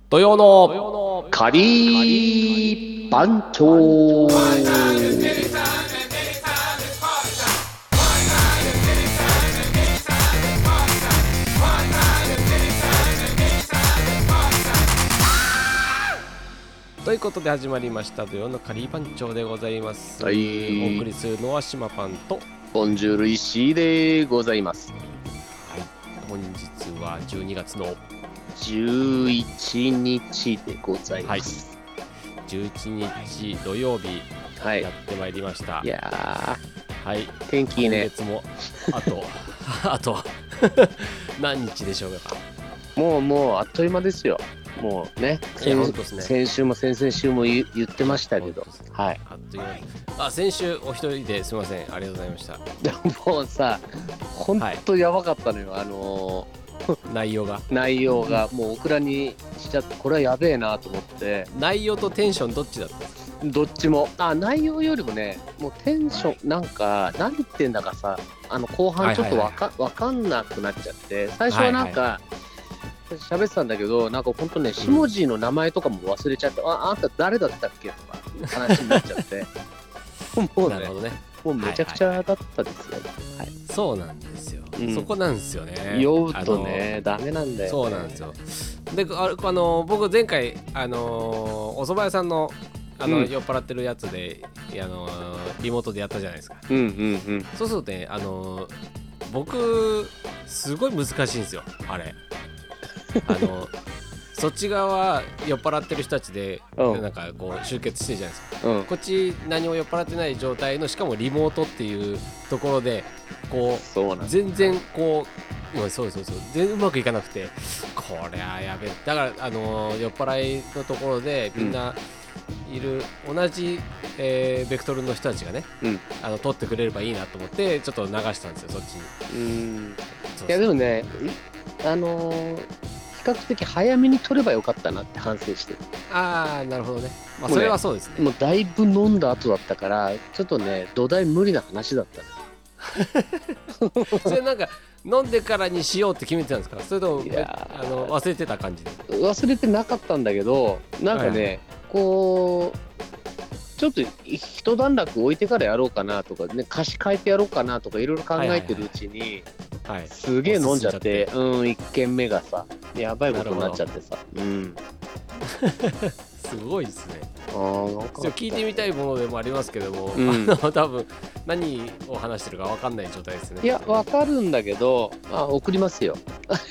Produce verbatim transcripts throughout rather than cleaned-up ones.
土曜のカリー番長。 ということで始まりました土曜のカリー番長でございます、 はい、 お送りするのは島パンとボンジュール石井でございます。 はい、本日はじゅうにがつのじゅういちにちでございます、 はい、じゅういちにち土曜日、はい、やってまいりました。 いやー、はい、 天気いいね。 今月もあとあと何日でしょうか。 もうもうあっという間ですよ。もうね、先, ね先週も先々週も 言, 言ってましたけど、はい。 あっという間。あ、先週お一人ですみません、ありがとうございました。 でももうさ、本当やばかったのよ、はい、あのー、内容が内容がもうオクラにしちゃって、これはやべえなと思って。 内容とテンションどっちだったんですか？ どっちも。あ、内容よりもね、もうテンションなんか何言ってんだかさ、あの後半ちょっとわか、はいはいはい、わかんなくなっちゃって、最初はなんか、はいはい、喋ってたんだけど、なんかほんとね、下地の名前とかも忘れちゃって、うん、あ、あんた誰だったっけとか話になっちゃってもうね、 なるほどね、 もうめちゃくちゃだったですよ、はいはいはい、 そうなんですよ、うん、そこなんですよね。 酔うとねダメなんだよ、ね、 そうなんですよ。で、ああの僕前回あのお蕎麦屋さんのあの、うん、酔っ払ってるやつであのリモートでやったじゃないですか、 うんうんうん、 そうするとね、あの僕すごい難しいんですよあれあのそっち側酔っ払ってる人たちで、うん、なんかこう集結してるじゃないですか、うん、こっち何も酔っ払ってない状態の、しかもリモートっていうところでこう全然こう、うん、そうそうそう全然うまくいかなくて、これはやべえ。だからあの酔っ払いのところでみんないる、うん、同じ、えー、ベクトルの人たちがね、うん、あの撮ってくれればいいなと思ってちょっと流したんですよ、そっちに。うん、 そうそう。いやでもね、あのー比較的早めに取ればよかったなって反省してる。 ああ、なるほどね。まあ、それはそうですね。 もうだいぶ飲んだ後だったから、ちょっとね、土台無理な話だったね。それなんか飲んでからにしようって決めてたんですか？それともあの忘れてた感じで？ 忘れてなかったんだけど、なんかね、はい、こうちょっと一段落置いてからやろうかなとかね、歌詞変えてやろうかなとかいろいろ考えてるうちに、はいはいはい、すげえ飲んじゃって、うん、いっけんめがさやばいことになっちゃってさ、うん、 すごいですね。 あー、 聞いてみたいものでもありますけども、うん、あの多分何を話してるか分かんない状態ですね。 いや分かるんだけど、あ、送りますよ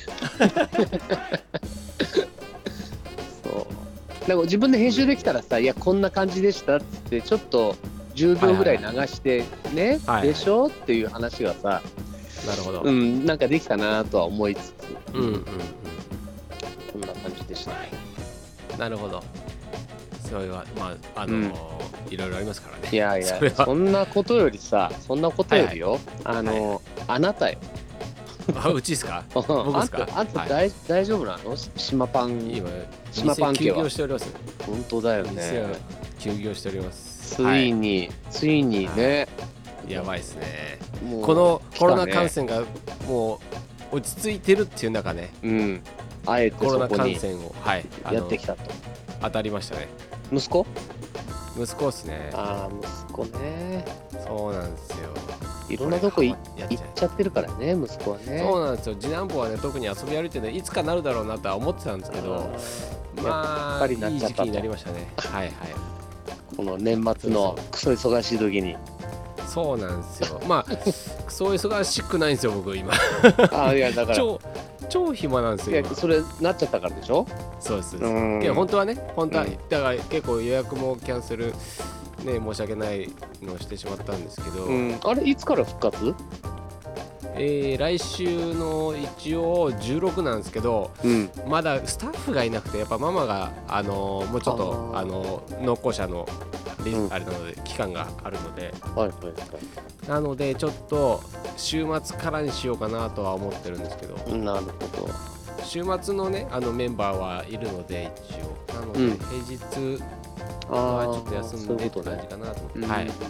そうなんか自分で編集できたらさ、いやこんな感じでしたっつってちょっとじゅうびょうぐらい流してね、はいはい、でしょっていう話がさ、 なるほど、 うん、なんかできたなとは思いつつ、 うんうんうん、 こんな感じでしたね。 なるほど。それはまああのーうん、いろいろありますからね。 いやいや そ, そんなことよりさ、そんなことよりよ、はいはい、あのーはい、あなたよ。 あ、うちですか？僕ですか？ あんた、あんた、はい、大, 大丈夫なの？島パン、 今島パン家は休業しております。 本当だよね。 休業しております。 ついに、はい、ついにね。 やばいですね。このコロナ感染がもう落ち着いてるっていう中ね、 うん、あえてそこにコロナ感染を、はい、 やってきたと。 当たりましたね。 息子？ 息子ですね。 ああ、息子ね。 そうなんですよ。 いろんなとこ行っちゃってるからね、息子はね。 そうなんですよ。次男坊はね、特に遊び歩いてね、いつかなるだろうなとは思ってたんですけど、まあやっぱりなっちゃった。いい時期になりましたね。はいはい。 この年末のクソ忙しい時に。 そうなんですよ。まあクソ忙しくないんですよ僕今。 あ、いやだから超超暇なんですよ。 いやそれなっちゃったからでしょ。 そうです。いや本当はね、本当は、うん、だから結構予約もキャンセルね、申し訳ないのをしてしまったんですけど、うん、 あれいつから復活？ えー、来週の一応じゅうろくなんですけど、うん、まだスタッフがいなくて、やっぱママが、あのー、もうちょっとあ、あのー、濃厚者のリ、うん、あれなので期間があるので、 はいはいはい、 なのでちょっと週末からにしようかなとは思ってるんですけど、 なるほど。 週末のねあのメンバーはいるので一応なので、うん、平日はちょっと休んでって感じかなと思って、はい、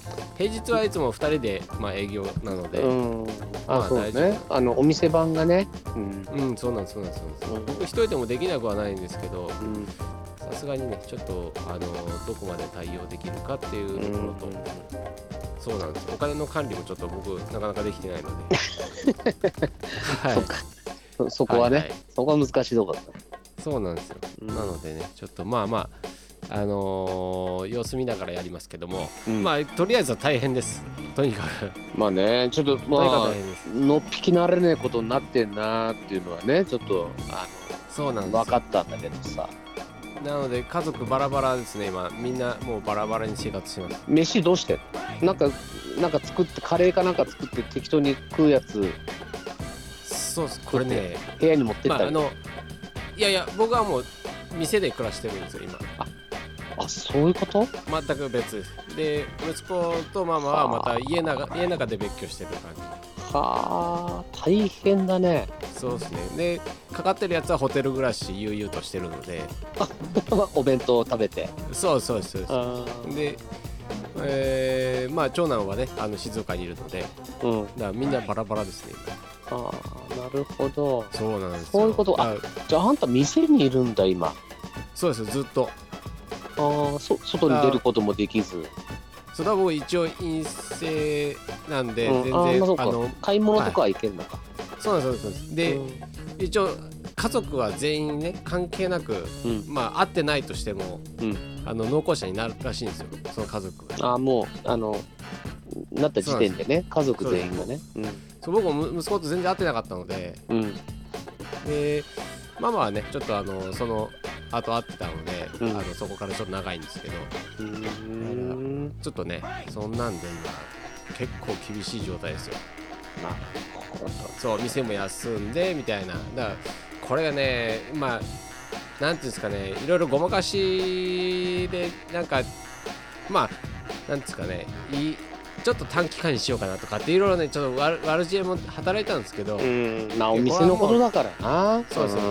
平日はいつもふたりで、まあ、営業なので、 うん、あ、 まあそうね、あのお店番がね、うん、 うん、そうなんですそうなんですそうなんです、 うん、 僕一人でもできなくはないんですけど、 うんさすがにねちょっとあのどこまで対応できるかっていうところと、 うん、 そうなんです、お金の管理もちょっと僕なかなかできてないのではい、 そっか、そ、そこはね、 はいはい、 そこは難しいところだ。 そうなんですよ、うん、なのでねちょっとまあまああのー、様子見ながらやりますけども、うん、まあとりあえずは大変です、とにかくまあね、ちょっとまあのっぴきなれねえことになってんなっていうのはね、ちょっとあのそうなんです分かったんだけどさ。 なので家族バラバラですね、今みんなもうバラバラに生活してます。 飯どうしてなんかなんか作ってカレーかなんか作って適当に食うやつ。 そうっす、これね部屋に持ってったり、 まあ、あのいやいや僕はもう店で暮らしてるんですよ今。 ああ、そういうこと？ 全く別で、息子とママはまた家の中、家の中で別居してる感じ。 はあ、大変だね。 そうですね。でかかってるやつはホテル暮らし悠々としてるのでお弁当を食べて。 そうそうそうそうで、えー、まあ長男はねあの静岡にいるので、うん、だからみんなバラバラですね。 ああ、なるほど。 そうなんですよ。 そういうこと。あ、じゃああんた店にいるんだ今。 そうですずっと。 ああ、そ、外に出ることもできず。 それは僕一応陰性なんで、うん、全然あ, あの買い物とかは行けるのか、はい、 そうなんですそうですで、うん、一応家族は全員ね関係なく、うん、まあ会ってないとしても、うん、あの濃厚者になるらしいんですよその家族は。 あもうあのなった時点でね家族全員がね。 そう、うん、そう僕も息子と全然会ってなかったので、うん、でママはねちょっとあのその後会ってたので、うん、あのそこからちょっと長いんですけど、うーんちょっとねそんなんで今結構厳しい状態ですよ。 なるほど。 そう店も休んでみたいな。だからこれがねまあなんていうんですかねいろいろごまかしでなんかまあなんですかねいいちょっと短期間にしようかなとかっていろいろねちょっと悪悪知恵も働いたんですけど、 うんまあお店のことだからな。 そうそう、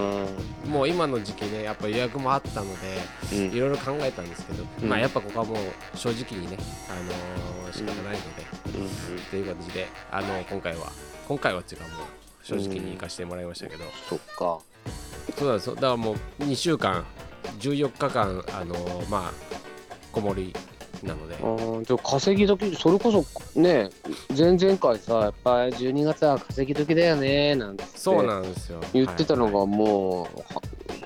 もう今の時期ねやっぱ予約もあったのでいろいろ考えたんですけど、うん、まあやっぱここはもう正直にねあのー、仕方ないので、うんうん、という形であの今回は今回はっていうかもう正直に行かせてもらいましたけど、うん、 そっかそうなんですよ。だからもうにしゅうかんじゅうよっかかんあのー、まあこもりなので、 あじゃあ稼ぎ時それこそね前々回さやっぱりじゅうにがつは稼ぎ時だよねなんてそうなんですよ言ってたのがもう、はいはい、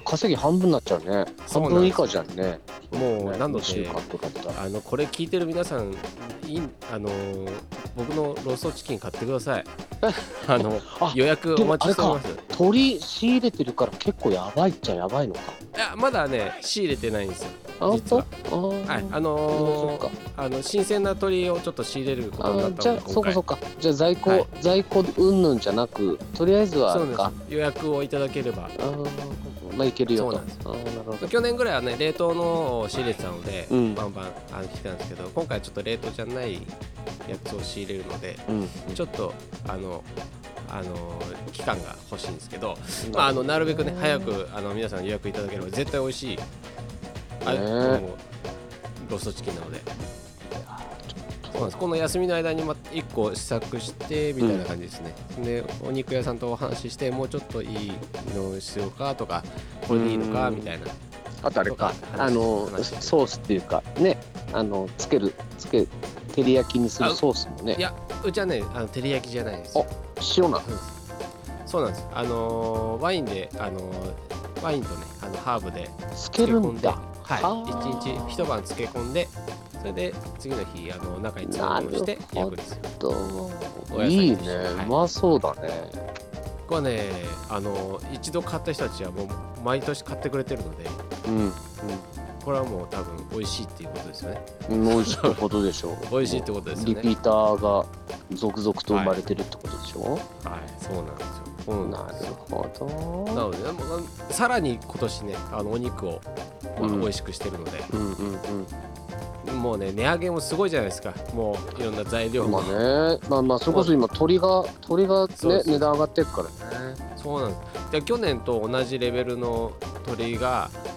稼ぎ半分になっちゃうね。半分以下じゃんね。 もうなのであのこれ聞いてる皆さんいあのー、僕のローストチキン買ってくださいあのあ予約お待ちしております。 鶏仕入れてるから結構やばいっちゃやばいのか。 いやまだね仕入れてないんですよ実は。はいあのー、あの新鮮な鶏をちょっと仕入れることになったので、 じゃあそうかそうかじゃあ在庫、はい、在庫云々じゃなくとりあえずはか予約をいただければまあいけるよと。 そうなんです。あなるほど。去年ぐらいはね冷凍のを仕入れてたので、うん、バンバンあの来てたんですけど今回はちょっと冷凍じゃないやつを仕入れるので、うん、ちょっとあのあの期間が欲しいんですけど、まあ、あのなるべくね早くあの皆さん予約いただければ絶対美味しいあのローストチキンなので。そうなんです。この休みの間にまいっこ試作してみたいな感じですね、うん、でお肉屋さんとお話ししてもうちょっといいのにしようかとかこれでいいのかみたいな。 あとあれかあのソースっていうかねあのつけるつけ照り焼きにするソースもね。 いやうちはねあの照り焼きじゃないです。 あ塩なんです。 そうなんです。あのー、ワインであのー、ワインとねあのハーブでつけるんだ。 はい一日一晩漬け込んでそれで次の日あの中に詰め込みして焼くんですよ。 いいね、はい、うまそうだね。 これはねあの一度買った人たちはもう毎年買ってくれてるので、うんうん、これはもう多分美味しいっていうことですよね。 うん、美味しいってことでしょう美味しいってことですよね。 リピーターが続々と生まれてるってことでしょ。はい、 はい、そうなんですよ。うん、 なるほど。 なのでさらに今年ねあのお肉を、まあ、美味しくしてるので、うんうんうんうん、もうね値上げもすごいじゃないですか。もういろんな材料も。 まあね、まあまあそれこそ今鶏が鶏がね値段上がってるからね。 そうなんです。で去年と同じレベルの鶏が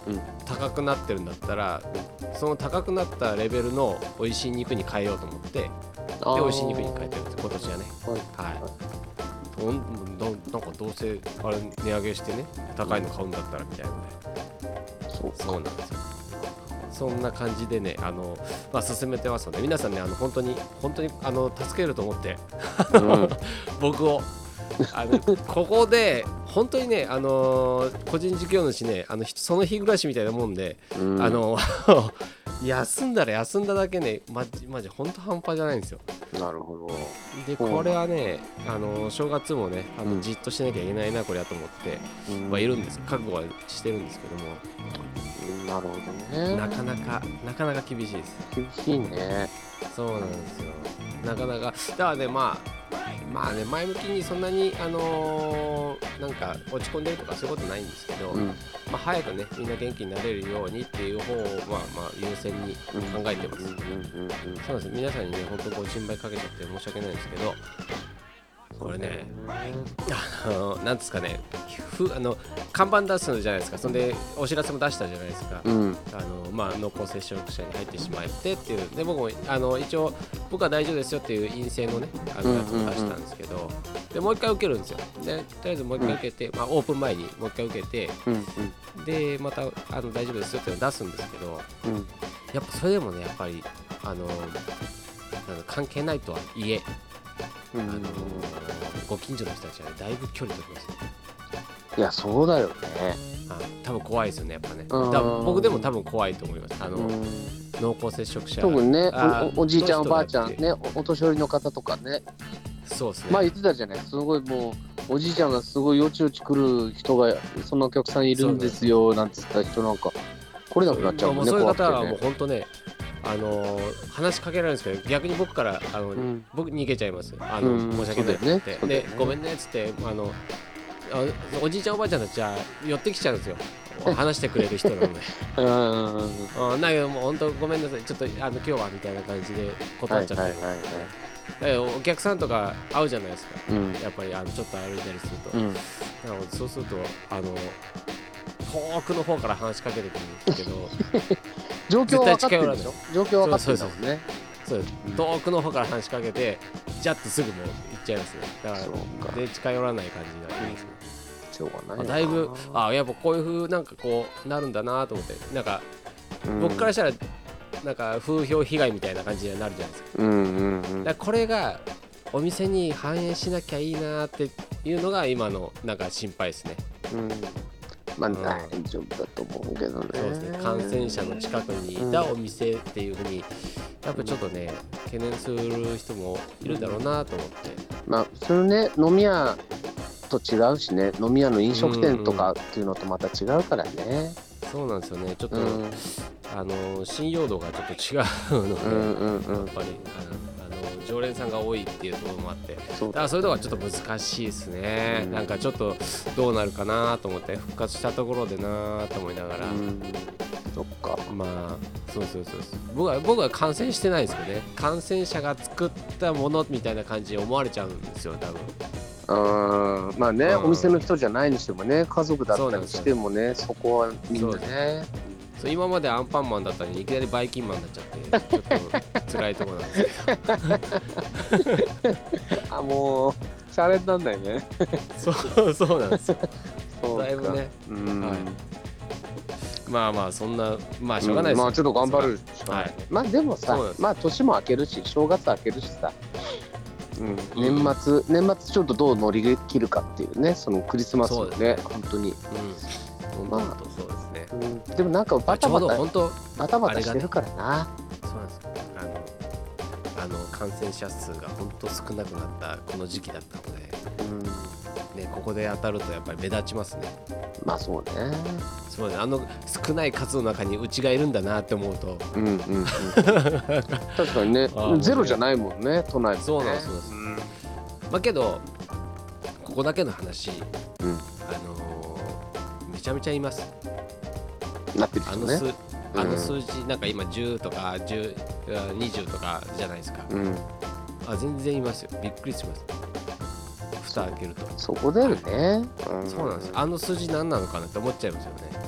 うん、 高くなってるんだったら、うん、その高くなったレベルの美味しい肉に変えようと思ってで美味しい肉に変えてるんですよ今年はね。はい、はいどんどなんかどうせあれ値上げしてね高いの買うんだったらみたいなね、そうそうなんですよ。そんな感じでねあの、まあ、進めてますので皆さんねあの本当に本当にあの助けると思って、うん、僕をあのここで本当にねあの個人事業主ねあのその日暮らしみたいなもんで、うん、あの休んだら休んだだけねマジマジ本当半端じゃないんですよ。 なるほど。 でこれはねあの正月もねあのじっとしなきゃいけないなこれやと思ってはいるんです覚悟はしてるんですけども、 うん、なるほどね。 なかなかなかなか厳しいです。 厳しいね。 そうなんですよ。なかなかだからねまあまあね前向きにそんなにあのー、なんか落ち込んでるとかそういうことないんですけど、うん、まあ早くねみんな元気になれるようにっていう方をまあまあ優先に考えてます。そうです皆さんにね本当ご心配かけちゃって申し訳ないんですけど。これね、あのなんですかね、ふあの看板出すじゃないですか、そんでお知らせも出したじゃないですか、うん、あのまあ、濃厚接触者に入ってしまってっていう、で僕もあの一応、僕は大丈夫ですよっていう陰性のね、あのやつを出したんですけど、うんうんうん、でもう一回受けるんですよ、でとりあえずもう一回受けて、うんまあ、オープン前にもう一回受けて、うんうん、でまたあの大丈夫ですよっていうのを出すんですけど、うん、やっぱそれでもね、やっぱりあのあの関係ないとはいえ、あのー、ご近所の人たちは、ね、だいぶ距離取りますよ。 いやそうだよね。 あ多分怖いですよねやっぱね。だ僕でも多分怖いと思います。あの濃厚接触者特にね お, おじいちゃんおばあちゃんね お, お年寄りの方とかね。 そうですね。 まあ言ってたじゃないすごいもうおじいちゃんがすごいよちよち来る人がそんなお客さんいるんですよなんて言った人なんか来れなくなっちゃうもんね。 そういう方はもう本当ねあのー、話しかけられるんですけど逆に僕からあの、うん、僕逃げちゃいますあの、うん、申し訳ないって言って、ねね、でごめんねっつってあのあおじいちゃんおばあちゃんたちは寄ってきちゃうんですよ話してくれる人なのでうんだけどもう本当ごめんなさいちょっとあの今日はみたいな感じで断っちゃって、はいはいはいはい、だからお客さんとか会うじゃないですか、うん、やっぱりあのちょっと歩いたりすると、うん、なのでそうするとあの遠くの方から話しかけてくるんですけど状況は分かってるでしょ状況は分かってるんだもんね。 そうです、うん、遠くの方から話しかけてジャッとすぐもう行っちゃいますね。だからで近寄らない感じになりますね。 しょうがないな。 だいぶあやっぱこういう風なんかこうなるんだなと思ってなんか、うん、僕からしたらなんか風評被害みたいな感じになるじゃないですか。うんうんうん、だからこれがお店に反映しなきゃいいなっていうのが今のなんか心配ですね。うんまあ大丈夫だと思うけどね。 そうですね。感染者の近くにいたお店っていう風にやっぱちょっとね懸念する人もいるんだろうなと思って。 まあそれね飲み屋と違うしね飲み屋の飲食店とかっていうのとまた違うからね。うんうん、 そうなんですよね。ちょっと、うん、あの信用度がちょっと違うので、うんうんうん、やっぱりあのあの常連さんが多いっていうところもあって、そうだからそういうのがちょっと難しいですね、うん、なんかちょっとどうなるかなと思って復活したところでなと思いながら、うん、 そっかまあそうそうそうそう僕は僕は感染してないですけどね感染者が作ったものみたいな感じに思われちゃうんですよ多分。 あまあね、うん、お店の人じゃないにしてもね家族だったりしてもね そ, そこはみんなねそう今までアンパンマンだったのにいきなりバイキンマンになっちゃってちょっと辛いところなんですけどあもうシャレになんないねそうそうなんですよだいぶねうん、はい、まあまあそんなまあしょうがないです、 うん、まあちょっと頑張るしかない、はい、まあでもさまあ年も明けるし正月明けるしさうん、年末、うん、年末ちょっとどう乗り切るかっていうねそのクリスマスの ね, ね本当に、 うん、まあそうですね、 うん、でもなんかバタバタ本当バタバタしてるからな、 ね、そうなんですよあのあの感染者数が本当少なくなったこの時期だったので、うんね、ここで当たるとやっぱり目立ちますね。 まあそうねそうねあの少ない数の中にうちがいるんだなって思うと、うんうんうん、 確かにねゼロじゃないもんね都内もね。 そうなんですそうです、うん、まあけどここだけの話、うん、あのー、めちゃめちゃいますなってる人ね。 あの数あの数字、うん、なんか今じゅうとかじゅう、にじゅうとかじゃないですか、うん、あ全然いますよびっくりします蓋開けるとそこだよね、 はいうん、そうなんですあの数字何なのかなって思っちゃいますよね。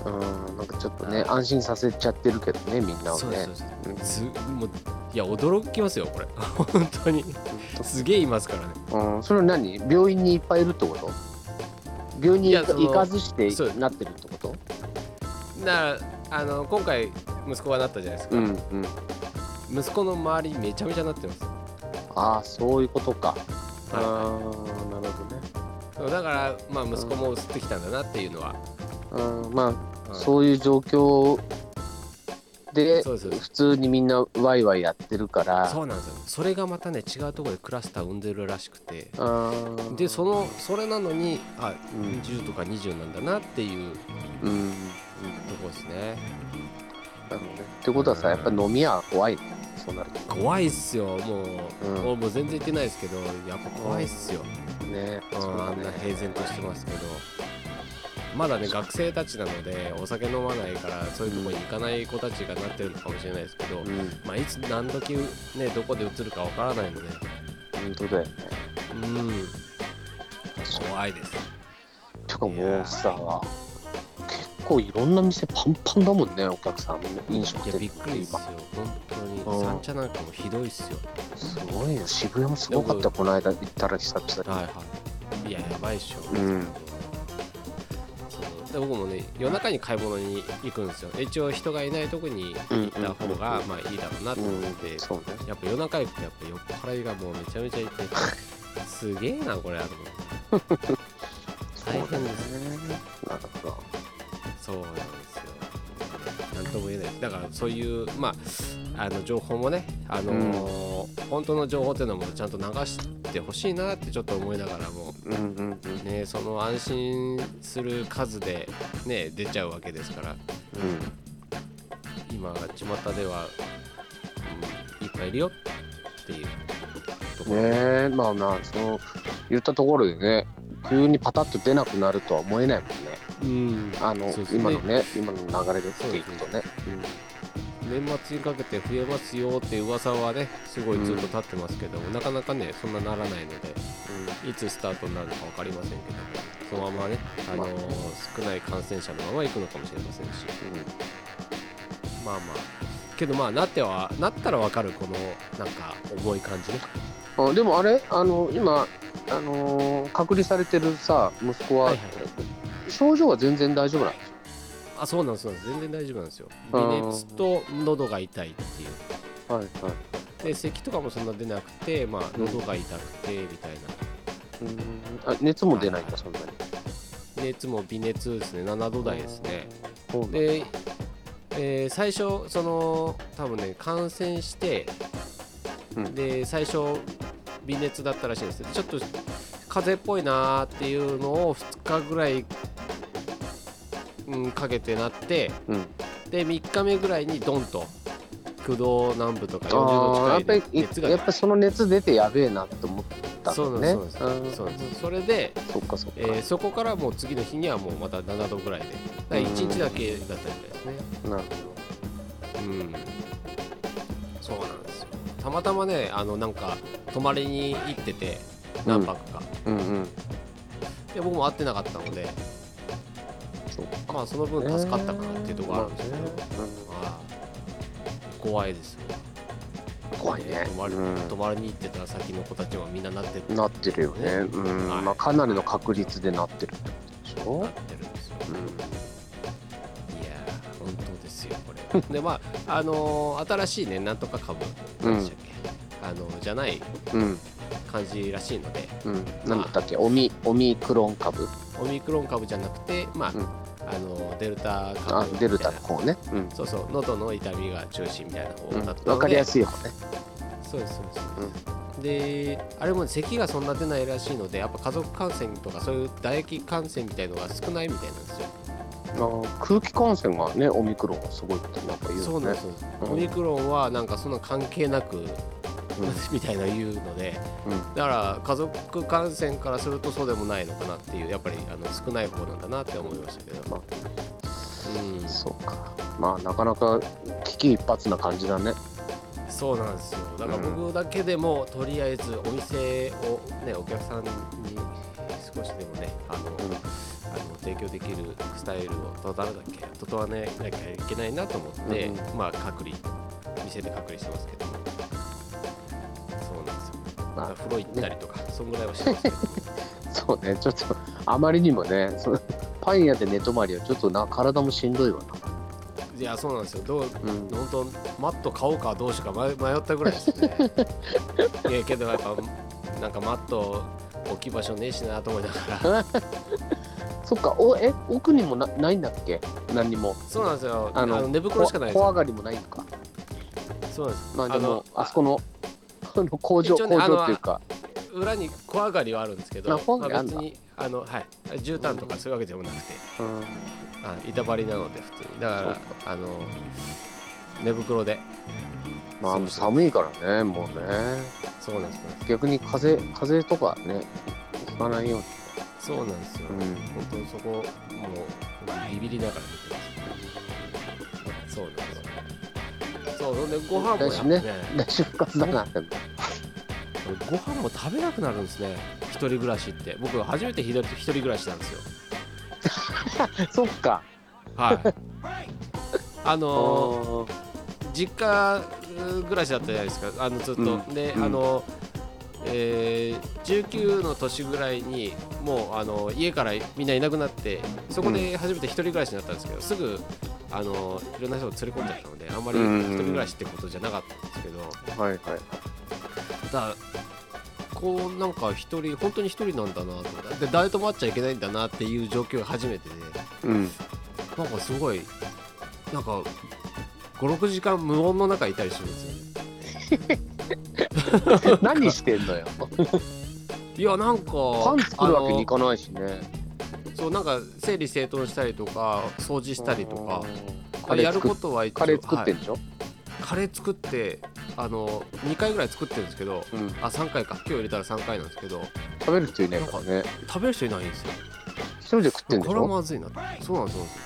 うんなんかちょっとね安心させちゃってるけどねみんなをね。 そうそうそう、うん、すもういや驚きますよこれ本当にすげえいますからね。 うんそれは何病院にいっぱいいるってこと？病院に行かずしてなってるってこと？ だからあの今回息子がなったじゃないですか、うんうん、息子の周りめちゃめちゃなってます。 ああそういうことか、はい、ああなるほどね。だからまあ息子も移ってきたんだなっていうのは、 うん、まあ、うん、そういう状況で普通にみんなワイワイやってるから。 そうなんですよ。それがまたね違うところでクラスター生んでるらしくて、でそのそれなのにあ、うん、じゅうとかにじゅうなんだなっていう、うんうん、とこですね。 なるほどね。ってことはさ、やっぱ飲み屋怖いね。そうなると怖いっすよ。もう、うん、もう全然行ってないですけどやっぱ怖いっすよ、うん、ね、うん、あんな平然としてますけどまだね学生たちなのでお酒飲まないからそういうところに行かない子たちがなってるのかもしれないですけど、うんまあ、いつ何時ねどこで移るかわからないので本当だよね。 うん怖いです。 てかもうさ結構いろんな店パンパンだもんねお客さん飲食店。いやびっくりですよ本当に。三茶なんかもひどいっすよ。 すごいよ渋谷もすごかったこの間行ったら久々に。 はいはいいややばいっしょ、うんで僕もね夜中に買い物に行くんですよ。一応人がいないとこに行った方がまあいいだろうなと思って、うんうんそうね、やっぱ夜中行くとやっぱ酔っ払いがもうめちゃめちゃいてすげえなこれあるの大変ですね。 なるほど。 そうなんですよ。なんとも言えない。だからそういうまああの情報もねあのーうん、本当の情報っていうのもちゃんと流してほしいなってちょっと思いながらも、うんうんうんね、その安心する数でね出ちゃうわけですから、うん、今巷では、うん、いっぱいいるよっていうところ。 ねえまあまあその言ったところでね急にパタッと出なくなるとは思えないもんね。うん、あのそうそう今のね今の流れでっていくとね、 うん、年末にかけて増えますよっていう噂はねすごいずっと立ってますけども、うん、なかなかねそんなならないので、うん、いつスタートになるのか分かりませんけどそのままね、あのー、少ない感染者のまま行くのかもしれませんし、うん、まあまあけどまあなってはなったら分かるこのなんか重い感じね。 あでもあれあの今あのー、隔離されてるさ息子は、はいはい、症状は全然大丈夫なんですよ。 あそうなんですよ全然大丈夫なんですよ。微熱と喉が痛いっていう、はいはい、で咳とかもそんな出なくて、まあ、喉が痛くてみたいな、うん、あ熱も出ないんだ、はい、そんなに。 熱も微熱ですねななど台ですね。で、えー、最初その多分ね感染して、うん、で最初微熱だったらしいんですけどちょっと風邪っぽいなーっていうのをふつかぐらい、うん、かけてなって、うん、でみっかめぐらいにドンときゅうど南部とかよんじゅうど近い熱がやっぱりその熱出てやべえなって思ったんだね。 そうなんですそうなんです。それで そ, っかそ, っか、えー、そこからもう次の日にはもうまたななどぐらいでだからいちにちだけだったみたいですね。なるほど。うんそうなんですよ。たまたまねあのなんか泊まりに行ってて何泊か、うんうんうん、で僕も会ってなかったのでそうまあその分助かったかなっていうところあるんですけど、ねうんあ怖いですよ。 怖いね。 泊まり、うん、泊まりに行ってた先の子たちはみんななってる、 ね、なってるよね。うん、はい、まあかなりの確率でなってるってことでしょ。 なってるんですよ。うん、いや本当ですよこれ。でまああのー、新しいねなんとか株何でしたっけ、うん、あのじゃない感じらしいので、 うん、なんだったっけオミオミクロン株。 オミクロン株じゃなくてまあ。うんあのデルタ株あデルタの方ね、 うん、そうそう喉の痛みが中心みたいな方だったので、 うん、分かりやすい方ね。 そうですそうです、うん、であれも咳がそんな出ないらしいのでやっぱ家族感染とかそういう唾液感染みたいのが少ないみたいなんですよ。 あ空気感染がねオミクロンはすごいってなんか言うよね。 そうなんです、うん、オミクロンはなんかそんな関係なくみたいな言うので、うん、だから家族感染からするとそうでもないのかなっていうやっぱりあの少ない方なんだなって思いましたけど、まあうん、そうかまあなかなか危機一髪な感じだね。 そうなんですよ。だから僕だけでも、うん、とりあえずお店をねお客さんに少しでもねあの、うん、あの提供供できるスタイルを整わなきゃ整えなきゃいけないなと思って、うん、まあ隔離店で隔離してますけども、そうなんですよ、まあ、風呂行ったりとか、ね、そんぐらいはしてますけどそうね、ちょっとあまりにもね、そパン屋で寝泊まりはちょっとな体もしんどいわな。 いやそうなんですよ、どう、うん、本当マット買おうかどうしようか迷ったぐらいですねいやけどやっぱなんかマット置き場所ねえしなと思いながらそっか、おえ奥にも な, ないんだっけ、何にも。 そうなんですよ、あの寝袋しかないですよ。 小上がりもないのか。 そうなんです。 まあでも あ, あそこの工場、ね、工場っていうか裏に小上がりはあるんですけど、まあ、別にあの、はい、絨毯とかそういうわけでもなくて、うん、あ板張りなので普通にだからあの寝袋で、 まあ寒いからね、もうね。 そうなんですね。 逆に風風とかねひかないように。 そうなんですよ、うん、本当にそこもうビビりながら見てます。そうなんですよ。そうでご飯もやっぱね来週復活だなってご飯も食べなくなるんですね、一人暮らしって。僕初めて一人暮らしなんですよそっか、 はいあのー、実家暮らしだったじゃないですか、あのずっと、うん、で、うん、あのえー、じゅうきゅうの年ぐらいにもうあの家からみんないなくなって、そこで初めて一人暮らしになったんですけど、すぐあのいろんな人を連れ込んじゃったのであんまり一人暮らしってことじゃなかったんですけど、 はいはい、 だこうなんか一人本当に一人なんだなと、で誰とも会っちゃいけないんだなっていう状況が初めてで、うん、なんかすごいなんかごろくじかん無音の中にいたりするんですよ何してんのよいやなんかパン作るわけにいかないしね。 そうなんか整理整頓したりとか掃除したりとかやることは一応カレー作ってんでしょ、はい、 カレー作ってあのにかいぐらい作ってるんですけど、うん、あさんかいか今日入れたらさんかいなんですけど、 食べる人いないからね。 食べる人いないんですよ。 一人で食ってんでしょ。 これはまずいな。そうなんですよ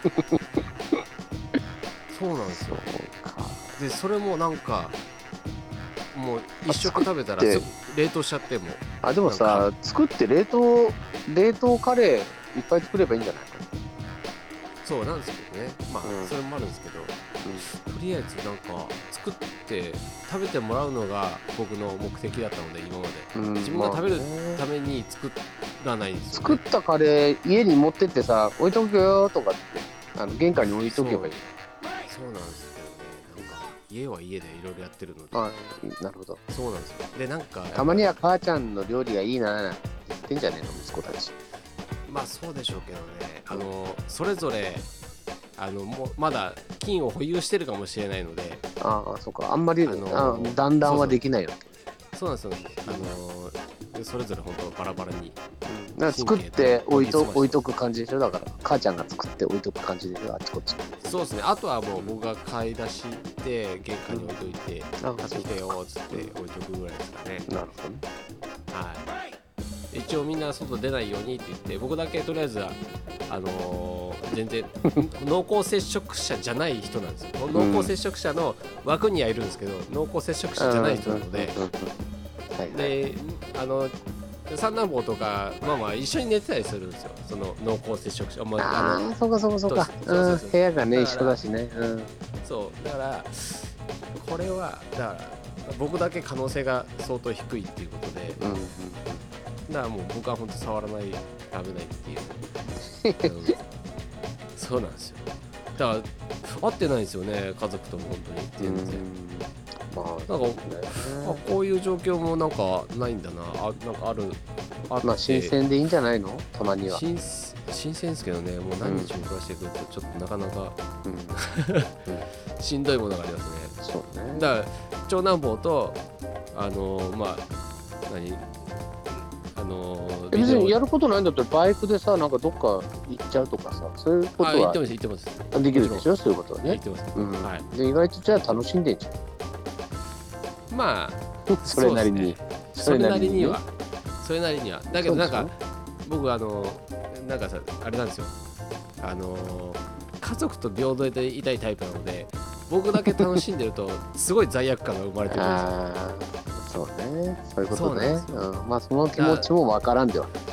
そうなんですよ。でそれもなんかもう一食食べたら冷凍しちゃっても。 あでもさ作って冷凍冷凍カレーいっぱい作ればいいんじゃないか。 そうなんですけどね、まあ、うん、それもあるんですけど、うん、とりあえずなんか作って食べてもらうのが僕の目的だったので今まで、うん、自分が食べるために作らないんですよ、ね、 作ったカレー家に持ってってさ置いとくよとかってあの玄関に置いとけばいい。 そう、そうなんですけどね、なんか家は家でいろいろやってるので。 あなるほど。 そうなんですよ。でなんかたまには母ちゃんの料理がいいなって言ってんじゃねえの息子たち。 まあそうでしょうけどね、あのそれぞれあのもうまだ金を保有してるかもしれないので、 ああそうか、あんまり、あのー、だんだんはできないよ。 そうなんですよ、あのー、それぞれ本当バラバラに、 うん、だから作って置いと置いとく感じでしょ。だから母ちゃんが作って置いとく感じでしょ、あっちこっち。 そうですね。あとはもう僕が買い出して玄関に置いといて、うん、買ってきてよっつって置いとくぐらいですかね。 なるほどね。 はい。一応みんな外出ないようにって言って、僕だけとりあえずはあのー、全然濃厚接触者じゃない人なんですよ。濃厚接触者の枠にはいるんですけど、濃厚接触者じゃない人なので、であの三男坊とかまあまあ一緒に寝てたりするんですよ。その濃厚接触者。 まあ、ああそうかそうかそうか。うん、部屋がね一緒だしね。うん、 そうだからこれはだから僕だけ可能性が相当低いっていうことで。うんうん、だからもう僕は本当触らない、危ないっていうそうなんですよ。だから合ってないんですよね、家族とも本当に全然。まあ、なんか、ね、あこういう状況もなんかないんだな、あなんかあるあって、まあ新鮮でいいんじゃないの、たまには。 新新鮮ですけどね、もう何日も暮らしてくるとちょっとなかなか、うんうん、しんどいものがありますね。そうね。だから長男坊とあのー、まあ何あのー、 別にやることないんだったらバイクでさなんかどっか行っちゃうとかさ、そういうことはあ言ってます言ってますできるでしょ、そういうことはね。 言ってます、うん、はい、 で意外とじゃあ楽しんでんじゃん。 まあそれなりに、ね、 それなりにはそれなりにはだけどなんか僕あのなんかさあれなんですよ、あの家族と平等でいたいタイプなので僕だけ楽しんでるとすごい罪悪感が生まれてくるんですよ。 あそうね、そういうことね。うん、まあその気持ちもわからんでは。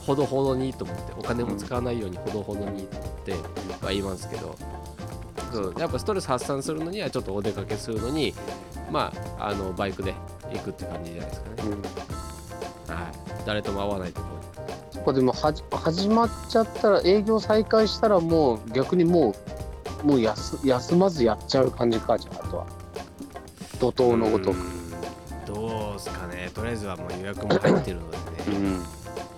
ほどほどにと思って、お金も使わないようにほどほどにっては言いますけど、そうやっぱストレス発散するのにはちょっとお出かけするのに、まああのバイクで行くって感じじゃないですかね、うん、はい、誰とも会わないところに。 そこでもはじ始まっちゃったら、営業再開したらもう逆にもうもう休休まずやっちゃう感じか。じゃああとは怒涛のごとく。 どうすかね。とりあえずはもう予約も入ってるのでね、うん、はい、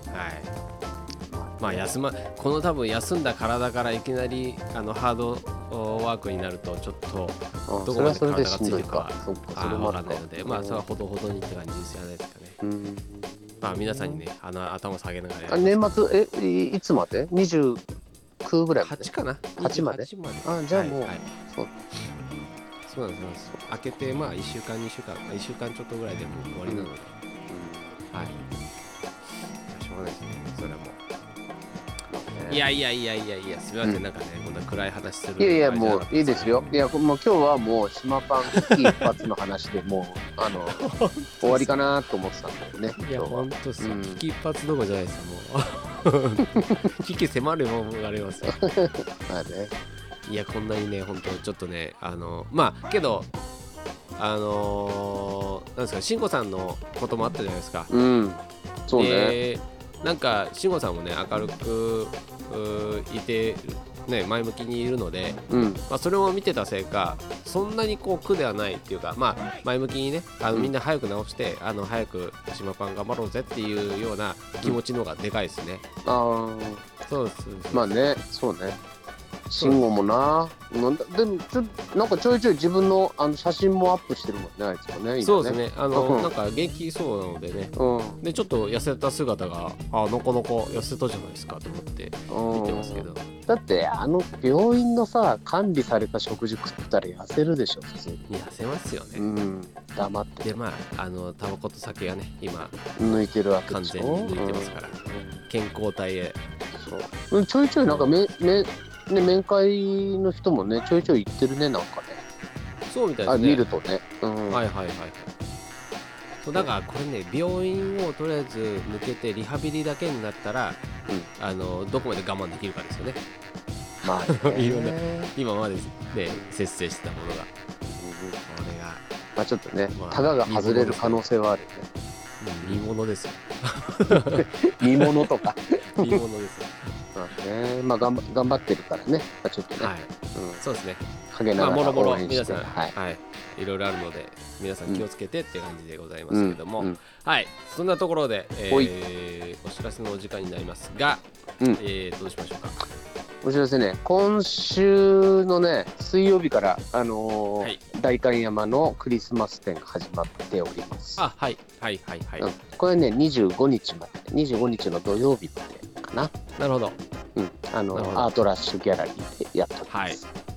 まあ休まこの多分休んだ体からいきなりあのハードワークになるとちょっとどこまで体がついてるかわからないので、まあそれはほどほどにって感じですよね。うん、まあ皆さんにね、あの頭下げながらやる。年末えいつまで？にじゅうきゅうぐらいまで？はちかな？はちまで？あ、じゃあもう、はいはい、そう。 そうなんです。開けてまあいっしゅうかんにしゅうかん、いっしゅうかんちょっとぐらいでもう終わりなので、うんうん、はい。しょうがないですね。それはもう。いやいやいやいやいや、すみません、うん、なんかね、こんな暗い話する。 いやいや、もういいですよ。いや、もう今日はもう島パン危機一髪の話でもうあの終わりかなと思ってたんだけどね。 いや、本当ですよ。危機一髪どころじゃないですよ、もう。危機迫るものがありますよ。 まあね。 いや、こんなにね、本当ちょっとね、あのまあけどあのー、なんですか、慎吾さんのこともあったじゃないですか。 うん、そうね。 でなんか慎吾さんもね、明るくいてね、前向きにいるので、うん、まあ、それを見てたせいか、そんなにこう苦ではないっていうか、まあ前向きにね、あのみんな早く直して、うん、あの早く島パン頑張ろうぜっていうような気持ちの方がでかいですね。 うん、ああ、そうです。まあね、そうね。慎吾もな、なんだでもちょなんかちょいちょい自分のあの写真もアップしてるもんね、あいつもね。ね、 そうですね、あの、うん、なんか元気そうなのでね、うん、でちょっと痩せた姿が、あ、なかなか痩せたじゃないですかと思って見てますけど、 だってあの病院のさ、管理された食事食ったら痩せるでしょ普通に。 痩せますよね、 うん、黙って。 でまああのタバコと酒がね今抜いてるわけでしょ、完全に抜いてますから、うん、健康体へ。 そう、ちょいちょいなんかめめね、面会の人もね、ちょいちょい行ってるね、なんかね。 そうみたいですね。 あ、見るとね。 うん、はいはいはい。そうだからこれね、病院をとりあえず抜けてリハビリだけになったら、うん、あのどこまで我慢できるかですよね。 まあ、ね、 いろんな今までね節制してたものが、うん、これがまあちょっとね、まあ、タガが外れる可能性はあるよね。 見物ですよ。 見物とか。 見物ですよ。 まあね、まあ頑張頑張ってるからね、まあ、ちょっとね、はい、 うん、そうですね。 陰ながら応援して、 皆さん、はい、はい、いろいろあるので皆さん気をつけてっていう感じでございますけども、うんうん、はい、そんなところで、えー、お知らせのお時間になりますが、うん、えー、どうしましょうか。 お知らせね、今週のね水曜日からあのーはい、代官山のクリスマス展が始まっております。 あ、はいはいはいはい、うん、 これねにじゅうごにちまで、にじゅうごにちの土曜日までかな。 なるほど。 うん、あのアートラッシュギャラリーでやっております。はい。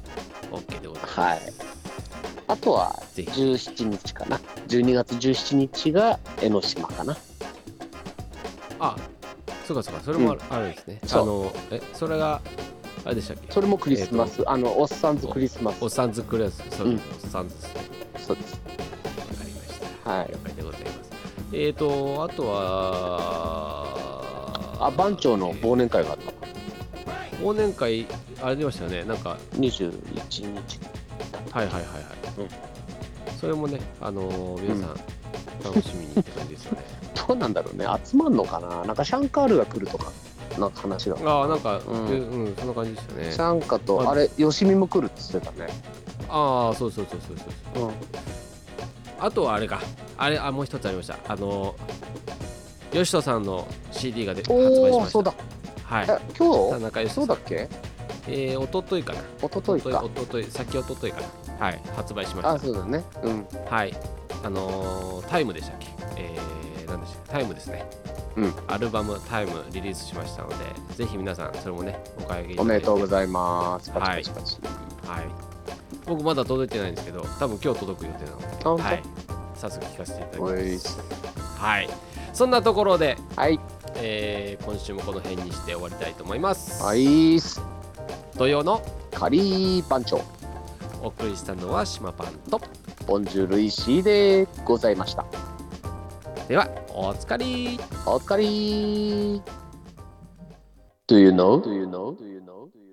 OK でございます。 はい。あとはじゅうしちにちかな。じゅうにがつじゅうしちにちが江ノ島かな。 あ、そうかそうか、それもある、うん、あるんですね。あのえそれがあれでしたっけ？ それもクリスマス、えー、あのおっさんずクリスマス。 おっさんずクリスマス、そう、うん、おっさんずですね。 そうです。 わかりました。 はい。 了解でございます。えーとあとはあ、番長の忘年会があった。 忘年会あれ出ましたよね。なんかにじゅういちにち。 はいはいはいはい。うん、それもね、あのー、皆さん、うん、楽しみにって感じですよね。 どうなんだろうね。集まんのかな。なんかシャンカールが来るとかなんか話が。 ああ、なんか、うん、うん、そんな感じですよね。 シャンカと、あれ、よしみも来るって言ってたね。 ああ、そうそうそうそうそう。うん。あとはあれか。あれ、あ、もう一つありました。あのー、吉人さんの シーディー がで発売しました。 そうだ。 はい。 今日そうだっけ？ えー、おとといかな。 おとといか。 おととい、先おとといかな。はい、発売しました。 あ、そうだね。うん。 はい。あのー、タイムでしたっけ？えー、なんでしたっけ？タイムですね。うん。アルバムタイムリリースしましたので、ぜひ皆さんそれもね、お買い上げいただいて。 おめでとうございます。パチパチパチ。 はい。はい、僕まだ届いてないんですけど、多分今日届く予定なので、はい。早速聞かせていただきます。はい。そんなところで、 はい。 えー、今週もこの辺にして終わりたいと思います。 はい。 土曜のカリー番長。 お送りしたのは島パンとボンジュール石井でございました。 では、おつかり。 おつかり。 Do you know? Do you know? Do you know?